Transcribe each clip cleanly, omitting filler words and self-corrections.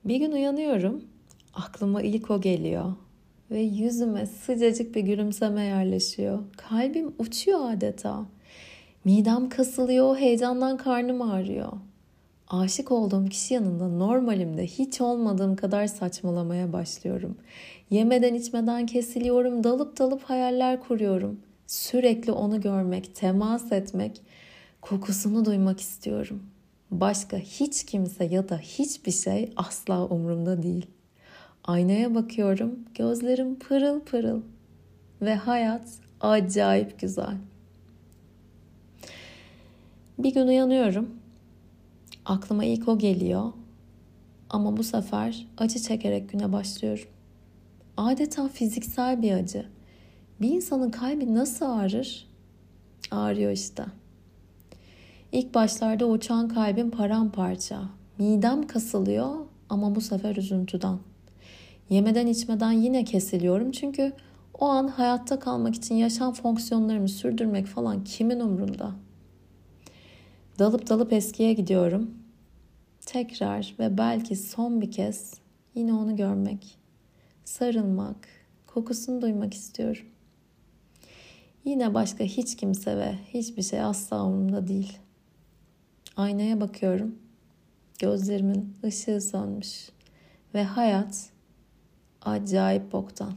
Bir gün uyanıyorum, aklıma ilk o geliyor ve yüzüme sıcacık bir gülümseme yerleşiyor. Kalbim uçuyor adeta. Midem kasılıyor, heyecandan karnım ağrıyor. Aşık olduğum kişi yanında normalimde hiç olmadığım kadar saçmalamaya başlıyorum. Yemeden içmeden kesiliyorum, dalıp dalıp hayaller kuruyorum. Sürekli onu görmek, temas etmek, kokusunu duymak istiyorum. Başka hiç kimse ya da hiçbir şey asla umurumda değil. Aynaya bakıyorum, gözlerim pırıl pırıl ve hayat acayip güzel. Bir gün uyanıyorum, aklıma ilk o geliyor ama bu sefer acı çekerek güne başlıyorum. Adeta fiziksel bir acı. Bir insanın kalbi nasıl ağrır? Ağrıyor işte. İlk başlarda uçan kalbim paramparça. Midem kasılıyor ama bu sefer üzüntüden. Yemeden içmeden yine kesiliyorum çünkü o an hayatta kalmak için yaşam fonksiyonlarımı sürdürmek falan kimin umrunda? Dalıp dalıp eskiye gidiyorum. Tekrar ve belki son bir kez yine onu görmek, sarılmak, kokusunu duymak istiyorum. Yine başka hiç kimse ve hiçbir şey asla umurumda değil. Aynaya bakıyorum. Gözlerimin ışığı sönmüş ve hayat acayip boktan.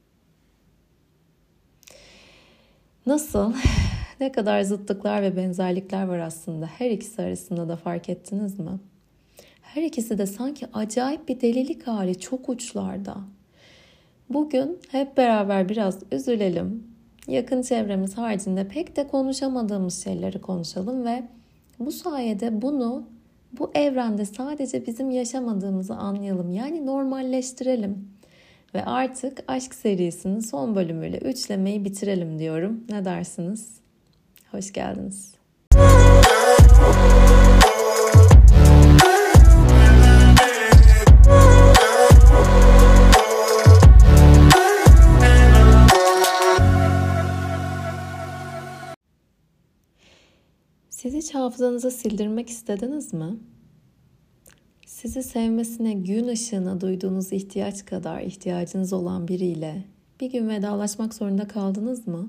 Nasıl? Ne kadar zıtlıklar ve benzerlikler var aslında. Her ikisi arasında da fark ettiniz mi? Her ikisi de sanki acayip bir delilik hali, çok uçlarda. Bugün hep beraber biraz üzülelim. Yakın çevremiz haricinde pek de konuşamadığımız şeyleri konuşalım ve bu sayede bu evrende sadece bizim yaşamadığımızı anlayalım. Yani normalleştirelim. Ve artık aşk serisinin son bölümüyle üçlemeyi bitirelim diyorum. Ne dersiniz? Hoş geldiniz. Siz hiç hafızanızı sildirmek istediniz mi? Sizi sevmesine, gün ışığına duyduğunuz ihtiyaç kadar ihtiyacınız olan biriyle bir gün vedalaşmak zorunda kaldınız mı?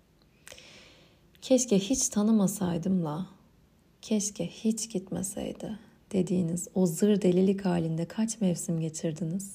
Keşke hiç tanımasaydımla, keşke hiç gitmeseydi dediğiniz o zır delilik halinde kaç mevsim geçirdiniz?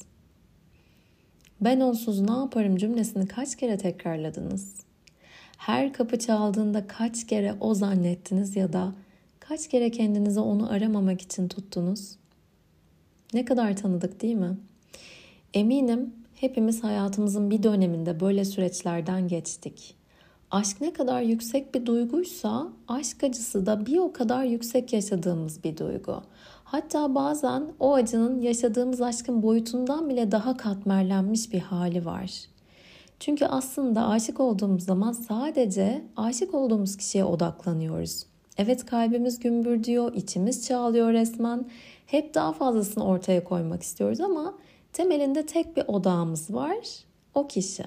Ben onsuz ne yaparım cümlesini kaç kere tekrarladınız? Her kapı çaldığında kaç kere o zannettiniz ya da kaç kere kendinize onu aramamak için tuttunuz? Ne kadar tanıdık değil mi? Eminim hepimiz hayatımızın bir döneminde böyle süreçlerden geçtik. Aşk ne kadar yüksek bir duyguysa aşk acısı da bir o kadar yüksek yaşadığımız bir duygu. Hatta bazen o acının yaşadığımız aşkın boyutundan bile daha katmerlenmiş bir hali var. Çünkü aslında aşık olduğumuz zaman sadece aşık olduğumuz kişiye odaklanıyoruz. Evet, kalbimiz gümbürdüyor, içimiz çağlıyor resmen. Hep daha fazlasını ortaya koymak istiyoruz ama temelinde tek bir odağımız var, o kişi.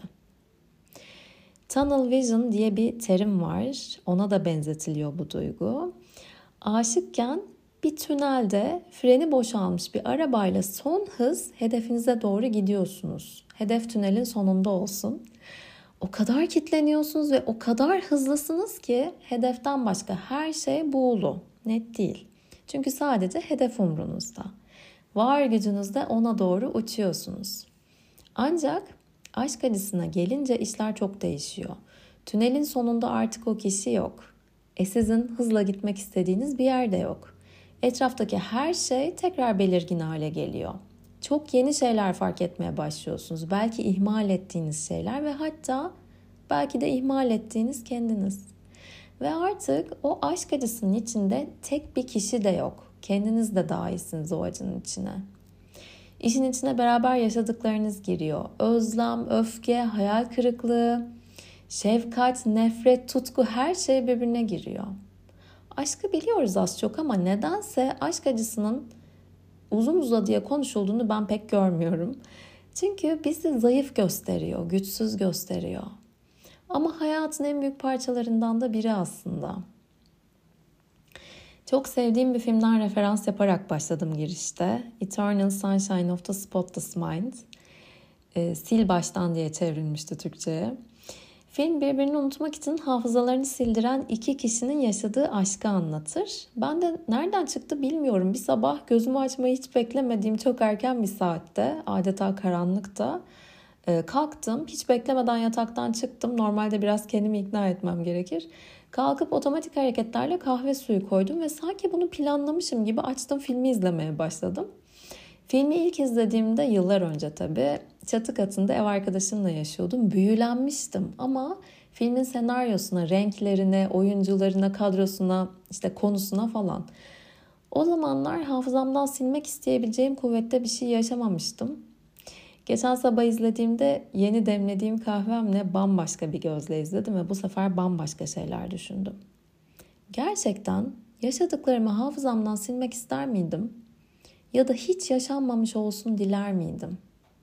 Tunnel vision diye bir terim var. Ona da benzetiliyor bu duygu. Aşıkken bir tünelde freni boşalmış bir arabayla son hız hedefinize doğru gidiyorsunuz. Hedef tünelin sonunda olsun. O kadar kilitleniyorsunuz ve o kadar hızlısınız ki hedeften başka her şey buğulu, net değil. Çünkü sadece hedef umrunuzda. Var gücünüzle ona doğru uçuyorsunuz. Ancak aşk acısına gelince işler çok değişiyor. Tünelin sonunda artık o kişi yok. Sizin hızla gitmek istediğiniz bir yer de yok. Etraftaki her şey tekrar belirgin hale geliyor. Çok yeni şeyler fark etmeye başlıyorsunuz. Belki ihmal ettiğiniz şeyler ve hatta belki de ihmal ettiğiniz kendiniz. Ve artık o aşk acısının içinde tek bir kişi de yok. Kendiniz de dahilsiniz o acının içine. İşin içine beraber yaşadıklarınız giriyor. Özlem, öfke, hayal kırıklığı, şefkat, nefret, tutku, her şey birbirine giriyor. Aşkı biliyoruz az çok ama nedense aşk acısının uzun uzadıya konuşulduğunu ben pek görmüyorum. Çünkü bizi zayıf gösteriyor, güçsüz gösteriyor. Ama hayatın en büyük parçalarından da biri aslında. Çok sevdiğim bir filmden referans yaparak başladım girişte. Eternal Sunshine of the Spotless Mind. Sil baştan diye çevrilmişti Türkçe'ye. Film birbirini unutmak için hafızalarını sildiren iki kişinin yaşadığı aşkı anlatır. Ben de nereden çıktı bilmiyorum. Bir sabah gözümü açmayı hiç beklemediğim çok erken bir saatte, adeta karanlıkta kalktım. Hiç beklemeden yataktan çıktım. Normalde biraz kendimi ikna etmem gerekir. Kalkıp otomatik hareketlerle kahve suyu koydum ve sanki bunu planlamışım gibi açtım, filmi izlemeye başladım. Filmi ilk izlediğimde yıllar önce tabii çatı katında ev arkadaşımla yaşıyordum. Büyülenmiştim ama filmin senaryosuna, renklerine, oyuncularına, kadrosuna, işte konusuna falan. O zamanlar hafızamdan silmek isteyebileceğim kuvvette bir şey yaşamamıştım. Geçen sabah izlediğimde yeni demlediğim kahvemle bambaşka bir gözle izledim ve bu sefer bambaşka şeyler düşündüm. Gerçekten yaşadıklarımı hafızamdan silmek ister miydim? Ya da hiç yaşanmamış olsun diler miydim?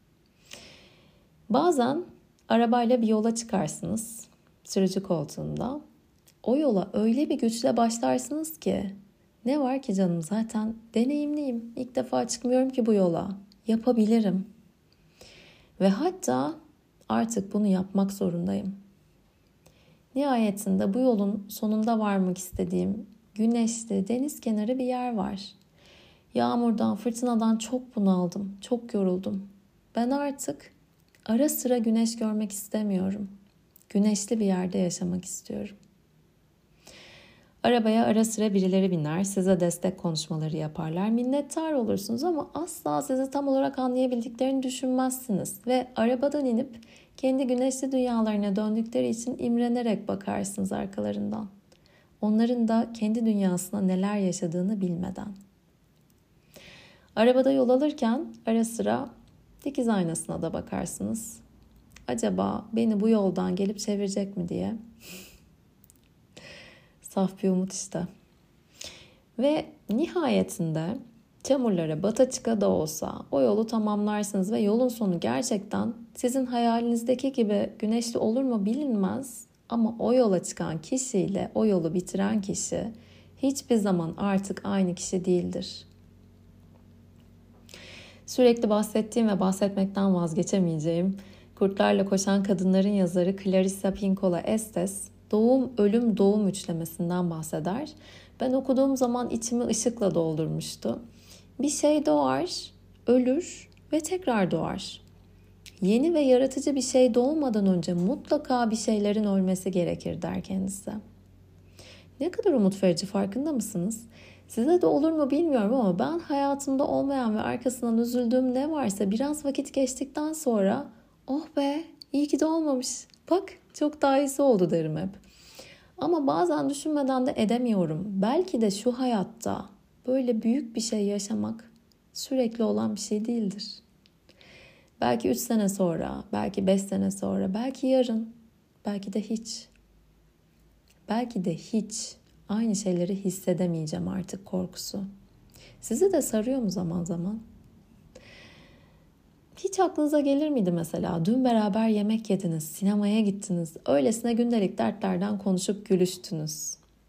Bazen arabayla bir yola çıkarsınız, sürücü koltuğunda. O yola öyle bir güçle başlarsınız ki, ne var ki canım, zaten deneyimliyim. İlk defa çıkmıyorum ki bu yola. Yapabilirim. Ve hatta artık bunu yapmak zorundayım. Nihayetinde bu yolun sonunda varmak istediğim güneşli, deniz kenarı bir yer var. Yağmurdan, fırtınadan çok bunaldım, çok yoruldum. Ben artık ara sıra güneş görmek istemiyorum. Güneşli bir yerde yaşamak istiyorum. Arabaya ara sıra birileri biner, size destek konuşmaları yaparlar. Minnettar olursunuz ama asla sizi tam olarak anlayabildiklerini düşünmezsiniz. Ve arabadan inip kendi güneşli dünyalarına döndükleri için imrenerek bakarsınız arkalarından. Onların da kendi dünyasına neler yaşadığını bilmeden. Arabada yol alırken ara sıra dikiz aynasına da bakarsınız. Acaba beni bu yoldan gelip çevirecek mi diye. Saf bir umut işte. Ve nihayetinde çamurlara bata çıka da olsa o yolu tamamlarsınız ve yolun sonu gerçekten sizin hayalinizdeki gibi güneşli olur mu bilinmez. Ama o yola çıkan kişiyle o yolu bitiren kişi hiçbir zaman artık aynı kişi değildir. Sürekli bahsettiğim ve bahsetmekten vazgeçemeyeceğim Kurtlarla Koşan Kadınların yazarı Clarissa Pinkola Estes, doğum, ölüm, doğum üçlemesinden bahseder. Ben okuduğum zaman içimi ışıkla doldurmuştu. Bir şey doğar, ölür ve tekrar doğar. Yeni ve yaratıcı bir şey doğmadan önce mutlaka bir şeylerin ölmesi gerekir der kendisi. Ne kadar umut verici, farkında mısınız? Size de olur mu bilmiyorum ama ben hayatımda olmayan ve arkasından üzüldüğüm ne varsa biraz vakit geçtikten sonra oh be, iyi ki de olmamış. Bak çok daha iyisi oldu derim hep. Ama bazen düşünmeden de edemiyorum. Belki de şu hayatta böyle büyük bir şey yaşamak sürekli olan bir şey değildir. Belki 3 sene sonra, belki 5 sene sonra, belki yarın, belki de hiç. Belki de hiç aynı şeyleri hissedemeyeceğim artık korkusu. Sizi de sarıyor mu zaman zaman? Hiç aklınıza gelir miydi mesela? Dün beraber yemek yediniz, sinemaya gittiniz, öylesine gündelik dertlerden konuşup gülüştünüz.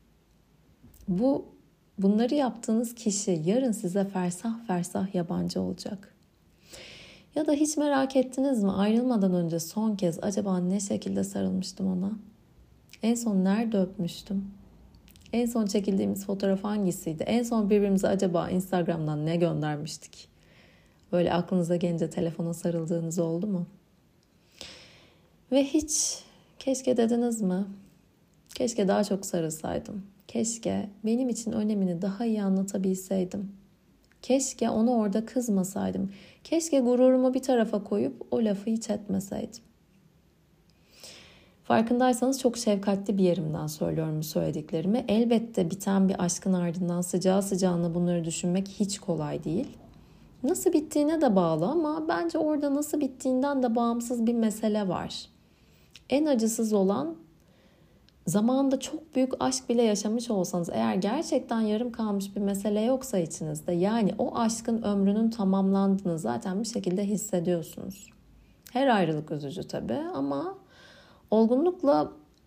Bunları yaptığınız kişi yarın size fersah fersah yabancı olacak. Ya da hiç merak ettiniz mi? Ayrılmadan önce son kez acaba ne şekilde sarılmıştım ona? En son nerede öpmüştüm? En son çekildiğimiz fotoğraf hangisiydi? En son birbirimize acaba Instagram'dan ne göndermiştik? Böyle aklınıza gelince telefona sarıldığınız oldu mu? Ve hiç keşke dediniz mi? Keşke daha çok sarılsaydım. Keşke benim için önemini daha iyi anlatabilseydim. Keşke ona orada kızmasaydım. Keşke gururumu bir tarafa koyup o lafı hiç etmeseydim. Farkındaysanız çok şefkatli bir yerimden söylüyorum bu söylediklerimi. Elbette biten bir aşkın ardından sıcağı sıcağına bunları düşünmek hiç kolay değil. Nasıl bittiğine de bağlı ama bence orada nasıl bittiğinden de bağımsız bir mesele var. En acısız olan, zamanında çok büyük aşk bile yaşamış olsanız, eğer gerçekten yarım kalmış bir mesele yoksa içinizde, yani o aşkın ömrünün tamamlandığını zaten bir şekilde hissediyorsunuz. Her ayrılık üzücü tabii ama olgunlukla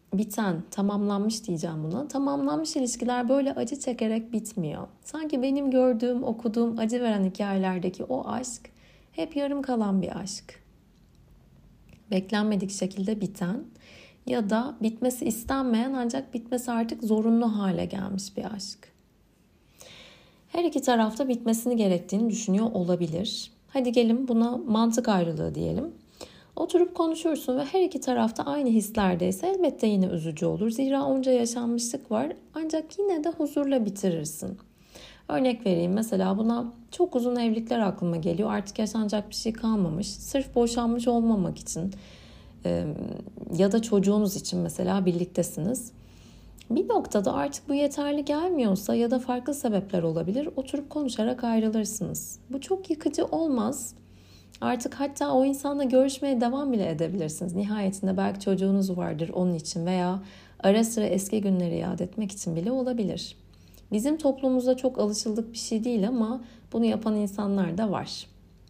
biten, tamamlanmış diyeceğim buna. Tamamlanmış ilişkiler böyle acı çekerek bitmiyor. Sanki benim gördüğüm, okuduğum acı veren hikayelerdeki o aşk hep yarım kalan bir aşk. Beklenmedik şekilde biten ya da bitmesi istenmeyen ancak bitmesi artık zorunlu hale gelmiş bir aşk. Her iki tarafta bitmesini gerektiğini düşünüyor olabilir. Hadi gelin buna mantık ayrılığı diyelim. Oturup konuşursun ve her iki tarafta aynı hislerdeyse elbette yine üzücü olur. Zira onca yaşanmışlık var ancak yine de huzurla bitirirsin. Örnek vereyim, mesela buna çok uzun evlilikler aklıma geliyor. Artık yaşanacak bir şey kalmamış. Sırf boşanmış olmamak için ya da çocuğunuz için mesela birliktesiniz. Bir noktada artık bu yeterli gelmiyorsa ya da farklı sebepler olabilir. Oturup konuşarak ayrılırsınız. Bu çok yıkıcı olmaz. Artık hatta o insanla görüşmeye devam bile edebilirsiniz. Nihayetinde belki çocuğunuz vardır onun için veya ara sıra eski günleri yad etmek için bile olabilir. Bizim toplumumuzda çok alışıldık bir şey değil ama bunu yapan insanlar da var.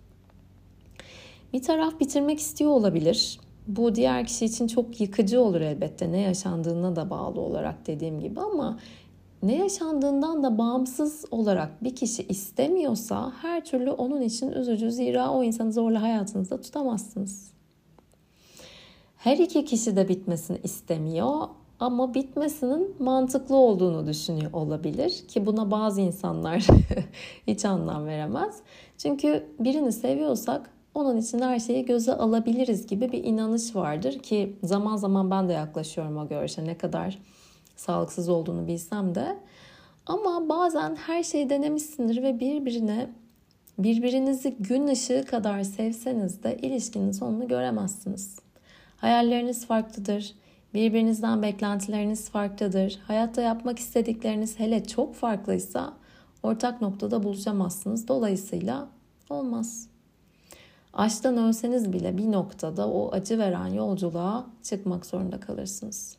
Bir taraf bitirmek istiyor olabilir. Bu diğer kişi için çok yıkıcı olur elbette, ne yaşandığına da bağlı olarak dediğim gibi, ama ne yaşandığından da bağımsız olarak bir kişi istemiyorsa her türlü onun için üzücü. Zira o insanı zorla hayatınızda tutamazsınız. Her iki kişi de bitmesini istemiyor ama bitmesinin mantıklı olduğunu düşünüyor olabilir ki buna bazı insanlar hiç anlam veremez. Çünkü birini seviyorsak onun için her şeyi göze alabiliriz gibi bir inanış vardır ki zaman zaman ben de yaklaşıyorum o görüşe, ne kadar sağlıksız olduğunu bilsem de. Ama bazen her şeyi denemişsindir ve birbirinizi gün ışığı kadar sevseniz de ilişkinin sonunu göremezsiniz. Hayalleriniz farklıdır, birbirinizden beklentileriniz farklıdır, hayatta yapmak istedikleriniz hele çok farklıysa ortak noktada buluşamazsınız. Dolayısıyla olmaz. Aşktan ölseniz bile bir noktada o acı veren yolculuğa çıkmak zorunda kalırsınız.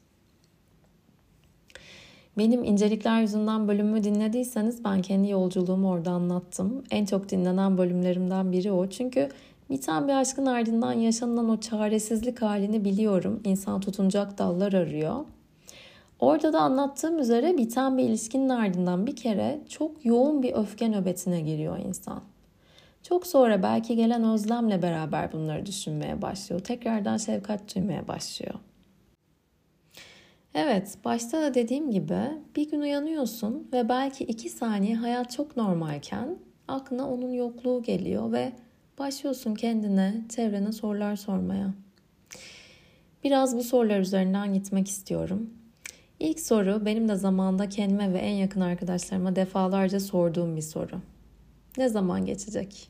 Benim İncelikler Yüzünden bölümümü dinlediyseniz ben kendi yolculuğumu orada anlattım. En çok dinlenen bölümlerimden biri o. Çünkü biten bir aşkın ardından yaşanılan o çaresizlik halini biliyorum. İnsan tutunacak dallar arıyor. Orada da anlattığım üzere biten bir ilişkinin ardından bir kere çok yoğun bir öfke nöbetine giriyor insan. Çok sonra belki gelen özlemle beraber bunları düşünmeye başlıyor. Tekrardan şefkat duymaya başlıyor. Evet, başta da dediğim gibi bir gün uyanıyorsun ve belki 2 saniye hayat çok normalken aklına onun yokluğu geliyor ve başlıyorsun kendine, çevrene sorular sormaya. Biraz bu sorular üzerinden gitmek istiyorum. İlk soru benim de zamanında kendime ve en yakın arkadaşlarıma defalarca sorduğum bir soru. Ne zaman geçecek?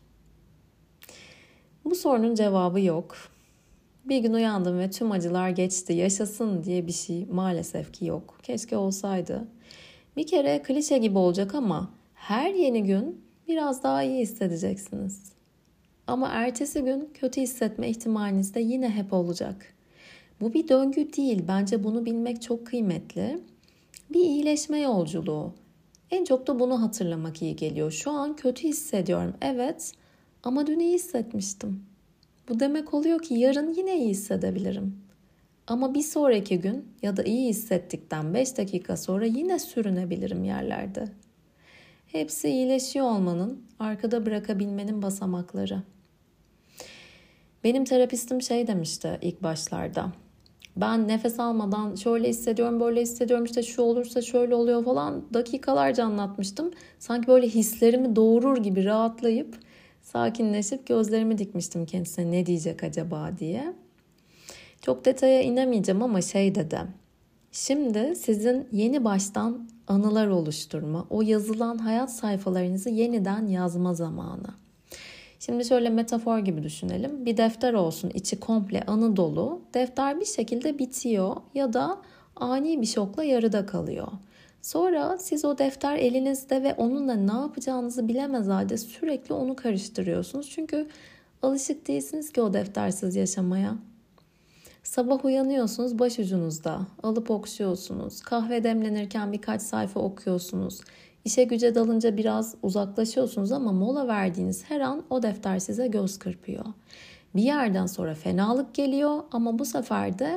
Bu sorunun cevabı yok. Bir gün uyandım ve tüm acılar geçti, yaşasın diye bir şey maalesef ki yok. Keşke olsaydı. Bir kere klişe gibi olacak ama her yeni gün biraz daha iyi hissedeceksiniz. Ama ertesi gün kötü hissetme ihtimaliniz de yine hep olacak. Bu bir döngü değil. Bence bunu bilmek çok kıymetli. Bir iyileşme yolculuğu. En çok da bunu hatırlamak iyi geliyor. Şu an kötü hissediyorum. Evet, ama dün iyi hissetmiştim. Bu demek oluyor ki yarın yine iyi hissedebilirim. Ama bir sonraki gün ya da iyi hissettikten 5 dakika sonra yine sürünebilirim yerlerde. Hepsi iyileşiyor olmanın, arkada bırakabilmenin basamakları. Benim terapistim şey demişti ilk başlarda. Ben nefes almadan şöyle hissediyorum, böyle hissediyorum, işte şu olursa şöyle oluyor falan dakikalarca anlatmıştım. Sanki böyle hislerimi doğurur gibi rahatlayıp sakinleşip gözlerimi dikmiştim kendisine, ne diyecek acaba diye. Çok detaya inemeyeceğim ama şey dedi. Şimdi sizin yeni baştan anılar oluşturma, o yazılan hayat sayfalarınızı yeniden yazma zamanı. Şimdi şöyle metafor gibi düşünelim. Bir defter olsun, içi komple anı dolu. Defter bir şekilde bitiyor ya da ani bir şokla yarıda kalıyor. Sonra siz o defter elinizde ve onunla ne yapacağınızı bilemez halde sürekli onu karıştırıyorsunuz. Çünkü alışık değilsiniz ki o deftersiz yaşamaya. Sabah uyanıyorsunuz, başucunuzda alıp okşuyorsunuz. Kahve demlenirken birkaç sayfa okuyorsunuz. İşe güce dalınca biraz uzaklaşıyorsunuz ama mola verdiğiniz her an o defter size göz kırpıyor. Bir yerden sonra fenalık geliyor ama bu sefer de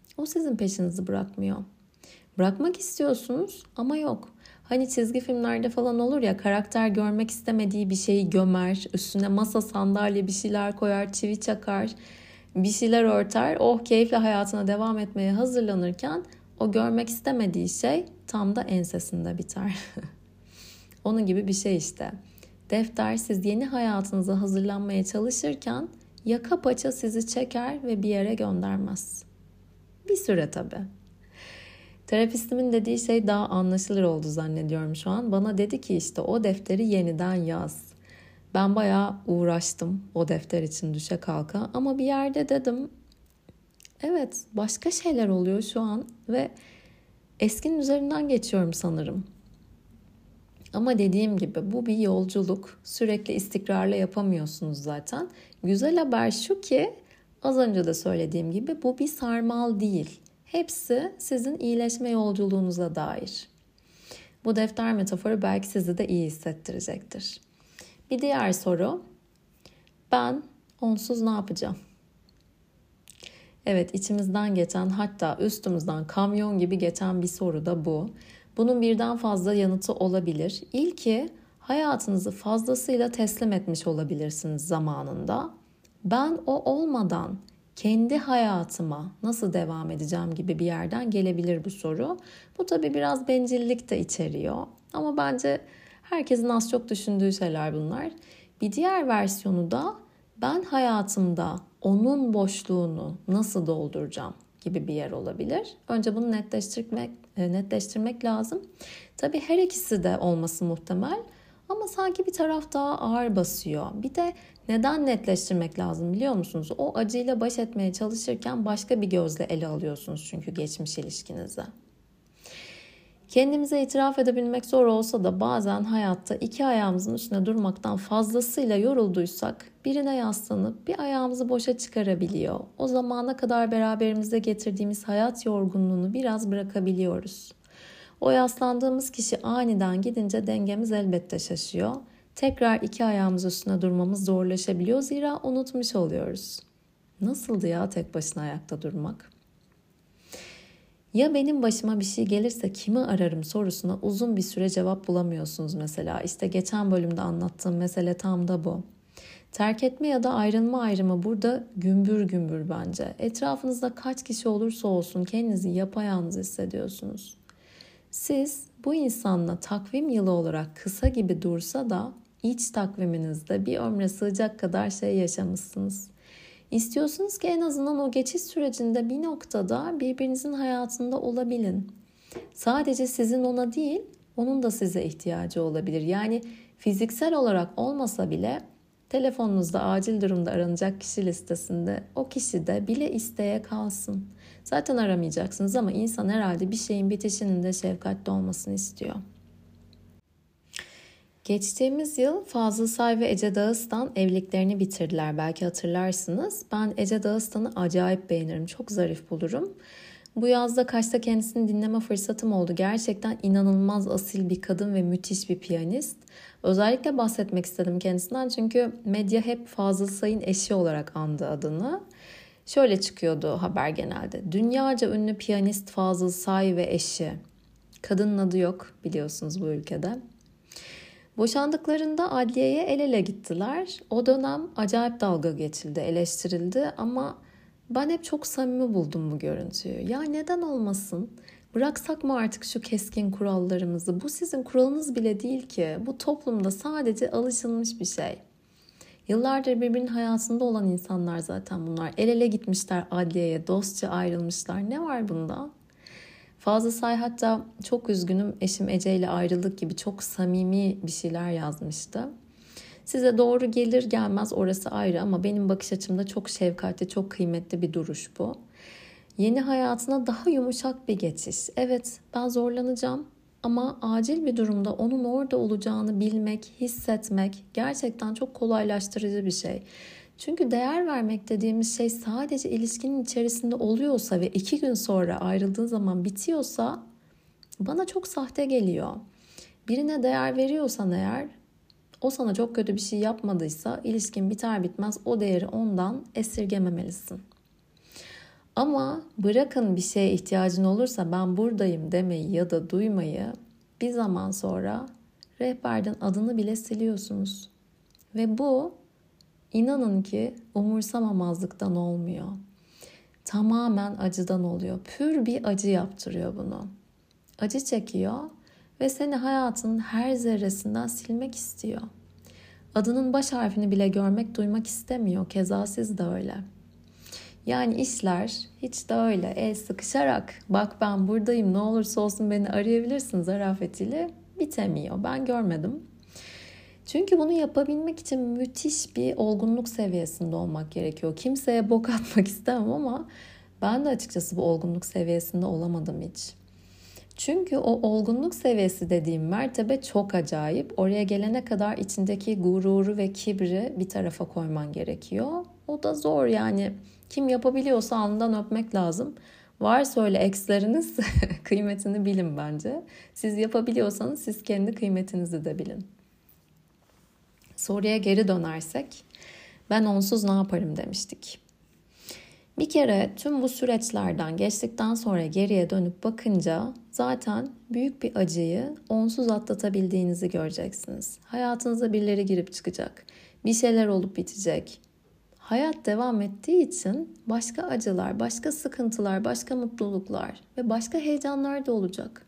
O sizin peşinizi bırakmıyor. Bırakmak istiyorsunuz ama yok. Hani çizgi filmlerde falan olur ya, karakter görmek istemediği bir şeyi gömer, üstüne masa sandalye bir şeyler koyar, çivi çakar, bir şeyler örter. Oh, keyifle hayatına devam etmeye hazırlanırken o görmek istemediği şey tam da ensesinde biter. Onun gibi bir şey işte. Defter siz yeni hayatınıza hazırlanmaya çalışırken yaka paça sizi çeker ve bir yere göndermez. Bir süre tabii. Terapistimin dediği şey daha anlaşılır oldu zannediyorum şu an. Bana dedi ki işte o defteri yeniden yaz. Ben bayağı uğraştım o defter için düşe kalka. Ama bir yerde dedim evet, başka şeyler oluyor şu an ve eskinin üzerinden geçiyorum sanırım. Ama dediğim gibi bu bir yolculuk. Sürekli istikrarla yapamıyorsunuz zaten. Güzel haber şu ki az önce de söylediğim gibi bu bir sarmal değil. Hepsi sizin iyileşme yolculuğunuza dair. Bu defter metaforu belki sizi de iyi hissettirecektir. Bir diğer soru. Ben onsuz ne yapacağım? Evet, içimizden geçen, hatta üstümüzden kamyon gibi geçen bir soru da bu. Bunun birden fazla yanıtı olabilir. İlki, hayatınızı fazlasıyla teslim etmiş olabilirsiniz zamanında. Ben o olmadan kendi hayatıma nasıl devam edeceğim gibi bir yerden gelebilir bu soru. Bu tabii biraz bencillik de içeriyor. Ama bence herkesin az çok düşündüğü şeyler bunlar. Bir diğer versiyonu da ben hayatımda onun boşluğunu nasıl dolduracağım gibi bir yer olabilir. Önce bunu netleştirmek lazım. Tabii her ikisi de olması muhtemel ama sanki bir taraf daha ağır basıyor. Bir de neden netleştirmek lazım biliyor musunuz? O acıyla baş etmeye çalışırken başka bir gözle ele alıyorsunuz çünkü geçmiş ilişkinizi. Kendimize itiraf edebilmek zor olsa da bazen hayatta iki ayağımızın üstüne durmaktan fazlasıyla yorulduysak birine yaslanıp bir ayağımızı boşa çıkarabiliyor. O zamana kadar beraberimizde getirdiğimiz hayat yorgunluğunu biraz bırakabiliyoruz. O yaslandığımız kişi aniden gidince dengemiz elbette şaşıyor. Tekrar iki ayağımız üstüne durmamız zorlaşabiliyor, zira unutmuş oluyoruz. Nasıldı ya tek başına ayakta durmak? Ya benim başıma bir şey gelirse kimi ararım sorusuna uzun bir süre cevap bulamıyorsunuz mesela. İşte geçen bölümde anlattığım mesele tam da bu. Terk etme ya da ayrılma ayrımı burada gümbür gümbür bence. Etrafınızda kaç kişi olursa olsun kendinizi yapayalnız hissediyorsunuz. Siz bu insanla takvim yılı olarak kısa gibi dursa da iç takviminizde bir ömre sığacak kadar şey yaşamışsınız. İstiyorsunuz ki en azından o geçiş sürecinde bir noktada birbirinizin hayatında olabilin. Sadece sizin ona değil, onun da size ihtiyacı olabilir. Yani fiziksel olarak olmasa bile telefonunuzda acil durumda aranacak kişi listesinde o kişi de bile isteye kalsın. Zaten aramayacaksınız ama insan herhalde bir şeyin bitişinin de şefkatli olmasını istiyor. Geçtiğimiz yıl Fazıl Say ve Ece Dağıstan evliliklerini bitirdiler. Belki hatırlarsınız. Ben Ece Dağıstan'ı acayip beğenirim. Çok zarif bulurum. Bu yazda Kaş'ta kendisini dinleme fırsatım oldu. Gerçekten inanılmaz asil bir kadın ve müthiş bir piyanist. Özellikle bahsetmek istedim kendisinden çünkü medya hep Fazıl Say'ın eşi olarak andı adını. Şöyle çıkıyordu haber genelde. Dünyaca ünlü piyanist Fazıl Say ve eşi. Kadının adı yok biliyorsunuz bu ülkede. Boşandıklarında adliyeye el ele gittiler. O dönem acayip dalga geçildi, eleştirildi ama ben hep çok samimi buldum bu görüntüyü. Ya neden olmasın? Bıraksak mı artık şu keskin kurallarımızı? Bu sizin kuralınız bile değil ki. Bu toplumda sadece alışılmış bir şey. Yıllardır birbirinin hayatında olan insanlar zaten bunlar. El ele gitmişler adliyeye, dostça ayrılmışlar. Ne var bunda? Fazıl Say hatta çok üzgünüm eşim Ece ile ayrıldık gibi çok samimi bir şeyler yazmıştı. Size doğru gelir gelmez orası ayrı ama benim bakış açımda çok şefkatli, çok kıymetli bir duruş bu. Yeni hayatına daha yumuşak bir geçiş. Evet, ben zorlanacağım ama acil bir durumda onun orada olacağını bilmek, hissetmek gerçekten çok kolaylaştırıcı bir şey. Çünkü değer vermek dediğimiz şey sadece ilişkinin içerisinde oluyorsa ve 2 gün sonra ayrıldığın zaman bitiyorsa bana çok sahte geliyor. Birine değer veriyorsan eğer, o sana çok kötü bir şey yapmadıysa ilişkin biter bitmez o değeri ondan esirgememelisin. Ama bırakın bir şeye ihtiyacın olursa ben buradayım demeyi ya da duymayı, bir zaman sonra rehberden adını bile siliyorsunuz. Ve bu inanın ki umursamamazlıktan olmuyor. Tamamen acıdan oluyor. Pür bir acı yaptırıyor bunu. Acı çekiyor ve seni hayatının her zerresinden silmek istiyor. Adının baş harfini bile görmek, duymak istemiyor. Keza siz de öyle. Yani işler hiç de öyle el sıkışarak bak ben buradayım ne olursa olsun beni arayabilirsin zarafetiyle bitemiyor. Ben görmedim. Çünkü bunu yapabilmek için müthiş bir olgunluk seviyesinde olmak gerekiyor. Kimseye bok atmak istemem ama ben de açıkçası bu olgunluk seviyesinde olamadım hiç. Çünkü o olgunluk seviyesi dediğim mertebe çok acayip. Oraya gelene kadar içindeki gururu ve kibri bir tarafa koyman gerekiyor. O da zor yani. Kim yapabiliyorsa alnından öpmek lazım. Varsa öyle eksleriniz kıymetini bilin bence. Siz yapabiliyorsanız siz kendi kıymetinizi de bilin. Soruya geri dönersek, ben onsuz ne yaparım demiştik. Bir kere tüm bu süreçlerden geçtikten sonra geriye dönüp bakınca zaten büyük bir acıyı onsuz atlatabildiğinizi göreceksiniz. Hayatınıza birileri girip çıkacak, bir şeyler olup bitecek. Hayat devam ettiği için başka acılar, başka sıkıntılar, başka mutluluklar ve başka heyecanlar da olacak.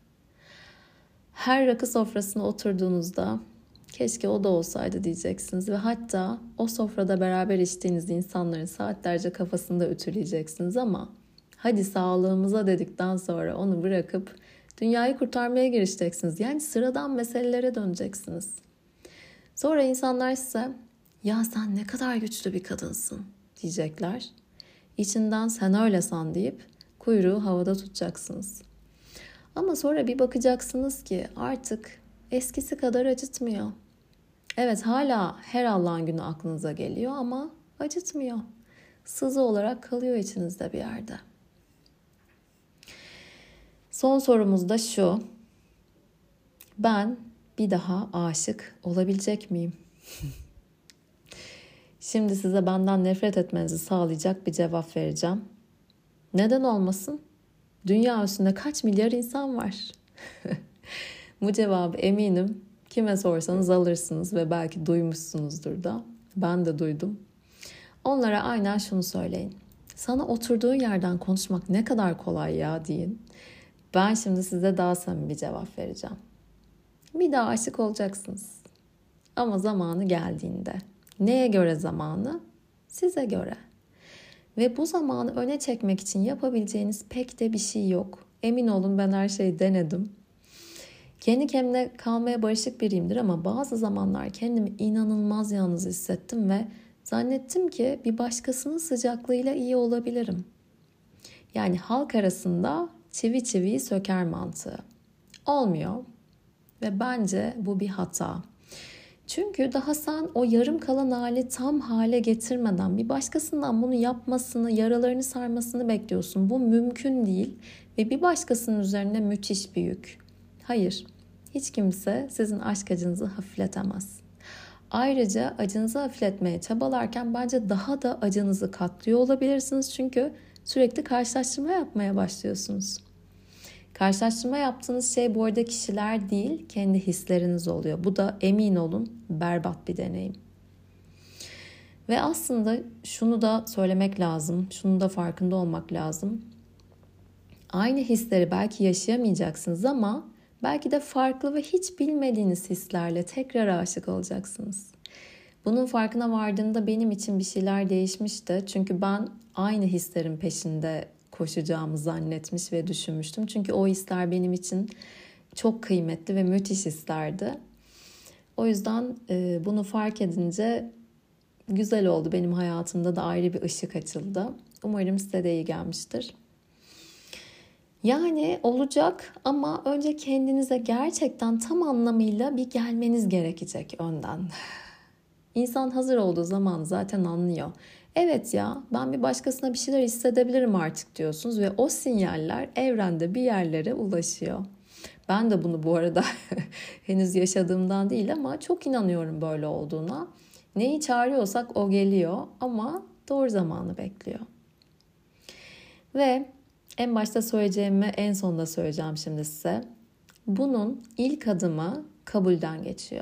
Her rakı sofrasına oturduğunuzda keşke o da olsaydı diyeceksiniz ve hatta o sofrada beraber içtiğiniz insanların saatlerce kafasında ütüleyeceksiniz ama hadi sağlığımıza dedikten sonra onu bırakıp dünyayı kurtarmaya girişeceksiniz. Yani sıradan meselelere döneceksiniz. Sonra insanlar size ya sen ne kadar güçlü bir kadınsın diyecekler. İçinden sen öyle san deyip kuyruğu havada tutacaksınız. Ama sonra bir bakacaksınız ki artık eskisi kadar acıtmıyor. Evet hala her Allah'ın günü aklınıza geliyor ama acıtmıyor. Sızı olarak kalıyor içinizde bir yerde. Son sorumuz da şu. Ben bir daha aşık olabilecek miyim? Şimdi size benden nefret etmenizi sağlayacak bir cevap vereceğim. Neden olmasın? Dünya üstünde kaç milyar insan var? Bu cevabı eminim kime sorsanız alırsınız ve belki duymuşsunuzdur da. Ben de duydum. Onlara aynen şunu söyleyin. Sana oturduğun yerden konuşmak ne kadar kolay ya deyin. Ben şimdi size daha samimi bir cevap vereceğim. Bir daha aşık olacaksınız. Ama zamanı geldiğinde. Neye göre zamanı? Size göre. Ve bu zamanı öne çekmek için yapabileceğiniz pek de bir şey yok. Emin olun ben her şeyi denedim. Kendi kendime kalmaya barışık biriyimdir ama bazı zamanlar kendimi inanılmaz yalnız hissettim ve zannettim ki bir başkasının sıcaklığıyla iyi olabilirim. Yani halk arasında çivi çiviyi söker mantığı. Olmuyor ve bence bu bir hata. Çünkü daha sen o yarım kalan hali tam hale getirmeden bir başkasından bunu yapmasını, yaralarını sarmasını bekliyorsun. Bu mümkün değil ve bir başkasının üzerine müthiş bir yük. Hayır, hiç kimse sizin aşk acınızı hafifletemez. Ayrıca acınızı hafifletmeye çabalarken bence daha da acınızı katlıyor olabilirsiniz. Çünkü sürekli karşılaştırma yapmaya başlıyorsunuz. Karşılaştırma yaptığınız şey bu arada kişiler değil, kendi hisleriniz oluyor. Bu da emin olun berbat bir deneyim. Ve aslında şunu da söylemek lazım, şunu da farkında olmak lazım. Aynı hisleri belki yaşayamayacaksınız ama belki de farklı ve hiç bilmediğiniz hislerle tekrar aşık olacaksınız. Bunun farkına vardığımda benim için bir şeyler değişmişti. Çünkü ben aynı hislerin peşinde koşacağımı zannetmiş ve düşünmüştüm. Çünkü o hisler benim için çok kıymetli ve müthiş hislerdi. O yüzden bunu fark edince güzel oldu. Benim hayatımda da ayrı bir ışık açıldı. Umarım size de iyi gelmiştir. Yani olacak ama önce kendinize gerçekten tam anlamıyla bir gelmeniz gerekecek önden. İnsan hazır olduğu zaman zaten anlıyor. Evet ya ben bir başkasına bir şeyler hissedebilirim artık diyorsunuz ve o sinyaller evrende bir yerlere ulaşıyor. Ben de bunu bu arada henüz yaşadığımdan değil ama çok inanıyorum böyle olduğuna. Neyi çağırıyorsak o geliyor ama doğru zamanı bekliyor. Ve en başta söyleyeceğimi en sonunda söyleyeceğim şimdi size. Bunun ilk adımı kabulden geçiyor.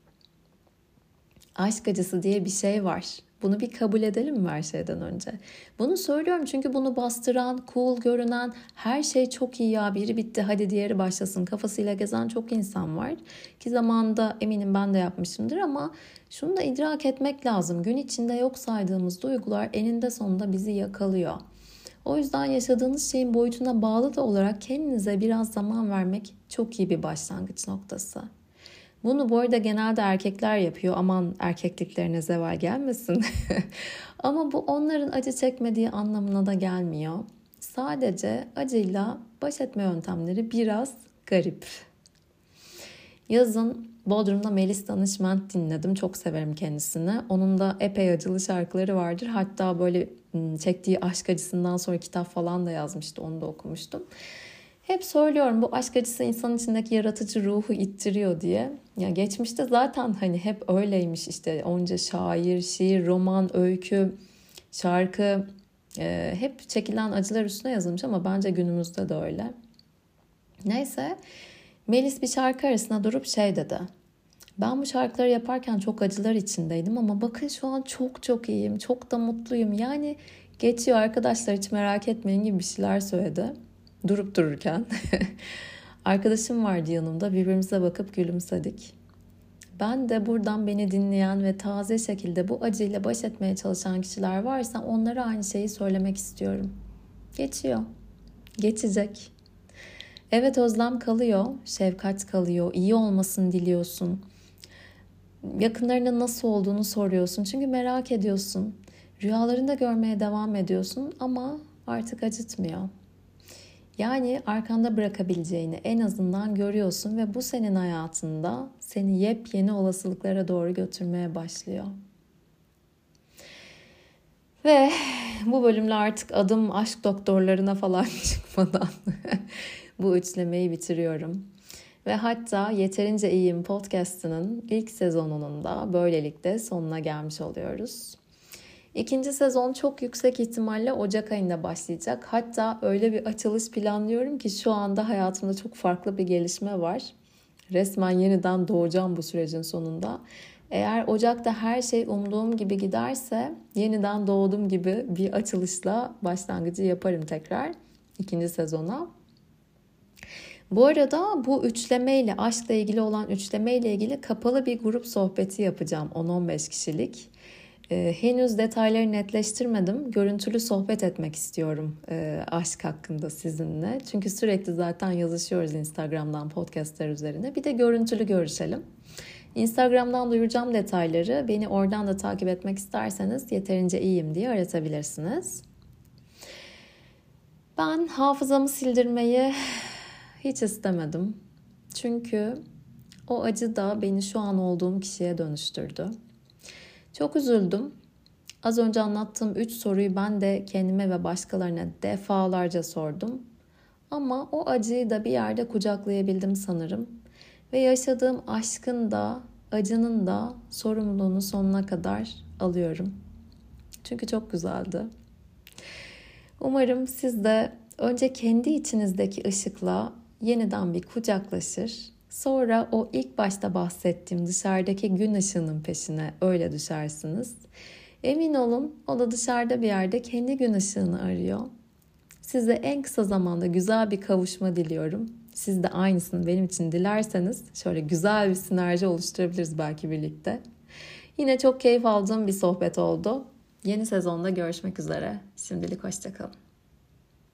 Aşk acısı diye bir şey var. Bunu bir kabul edelim mi her şeyden önce? Bunu söylüyorum çünkü bunu bastıran, cool görünen, her şey çok iyi ya, biri bitti hadi diğeri başlasın kafasıyla gezen çok insan var. Ki zamanında eminim ben de yapmışımdır ama şunu da idrak etmek lazım. Gün içinde yok saydığımız duygular eninde sonunda bizi yakalıyor. O yüzden yaşadığınız şeyin boyutuna bağlı da olarak kendinize biraz zaman vermek çok iyi bir başlangıç noktası. Bunu bu arada genelde erkekler yapıyor. Aman erkekliklerine zeval gelmesin. Ama bu onların acı çekmediği anlamına da gelmiyor. Sadece acıyla baş etme yöntemleri biraz garip. Yazın Bodrum'da Melis Danışment dinledim. Çok severim kendisini. Onun da epey acılı şarkıları vardır. Hatta böyle çektiği aşk acısından sonra kitap falan da yazmıştı. Onu da okumuştum. Hep söylüyorum bu aşk acısı insanın içindeki yaratıcı ruhu ittiriyor diye. Ya geçmişte zaten hani hep öyleymiş işte onca şair, şiir, roman, öykü, şarkı hep çekilen acılar üstüne yazılmış ama bence günümüzde de öyle. Neyse Melis bir şarkı arasında durup şey dedi. Ben bu şarkıları yaparken çok acılar içindeydim ama bakın şu an çok çok iyiyim, çok da mutluyum. Yani geçiyor arkadaşlar hiç merak etmeyin gibi bir şeyler söyledi. Durup dururken. Arkadaşım vardı yanımda, birbirimize bakıp gülümsedik. Ben de buradan beni dinleyen ve taze şekilde bu acıyla baş etmeye çalışan kişiler varsa onlara aynı şeyi söylemek istiyorum. Geçiyor. Geçecek. Evet özlem kalıyor, şefkat kalıyor, iyi olmasını diliyorsun. Yakınlarının nasıl olduğunu soruyorsun çünkü merak ediyorsun. Rüyalarında görmeye devam ediyorsun ama artık acıtmıyor. Yani arkanda bırakabileceğini en azından görüyorsun ve bu senin hayatında seni yepyeni olasılıklara doğru götürmeye başlıyor. Ve bu bölümle artık adım aşk doktorlarına falan çıkmadan bu üçlemeyi bitiriyorum. Ve hatta Yeterince İyiyim podcast'ının ilk sezonunun da böylelikle sonuna gelmiş oluyoruz. İkinci sezon çok yüksek ihtimalle Ocak ayında başlayacak. Hatta öyle bir açılış planlıyorum ki şu anda hayatımda çok farklı bir gelişme var. Resmen yeniden doğacağım bu sürecin sonunda. Eğer Ocak'ta her şey umduğum gibi giderse yeniden doğdum gibi bir açılışla başlangıcı yaparım tekrar ikinci sezona. Bu arada bu üçlemeyle, aşkla ilgili olan üçlemeyle ilgili kapalı bir grup sohbeti yapacağım 10-15 kişilik. Henüz detayları netleştirmedim. Görüntülü sohbet etmek istiyorum aşk hakkında sizinle. Çünkü sürekli zaten yazışıyoruz Instagram'dan podcastlar üzerine. Bir de görüntülü görüşelim. Instagram'dan duyuracağım detayları. Beni oradan da takip etmek isterseniz Yeterince İyiyim diye aratabilirsiniz. Ben hafızamı sildirmeyi hiç istemedim. Çünkü o acı da beni şu an olduğum kişiye dönüştürdü. Çok üzüldüm. Az önce anlattığım 3 soruyu ben de kendime ve başkalarına defalarca sordum. Ama o acıyı da bir yerde kucaklayabildim sanırım. Ve yaşadığım aşkın da, acının da sorumluluğunu sonuna kadar alıyorum. Çünkü çok güzeldi. Umarım siz de önce kendi içinizdeki ışıkla yeniden bir kucaklaşır. Sonra o ilk başta bahsettiğim dışarıdaki gün ışığının peşine öyle düşersiniz. Emin olun o da dışarıda bir yerde kendi gün ışığını arıyor. Size en kısa zamanda güzel bir kavuşma diliyorum. Siz de aynısını benim için dilerseniz şöyle güzel bir sinerji oluşturabiliriz belki birlikte. Yine çok keyif aldığım bir sohbet oldu. Yeni sezonda görüşmek üzere. Şimdilik hoşça kalın.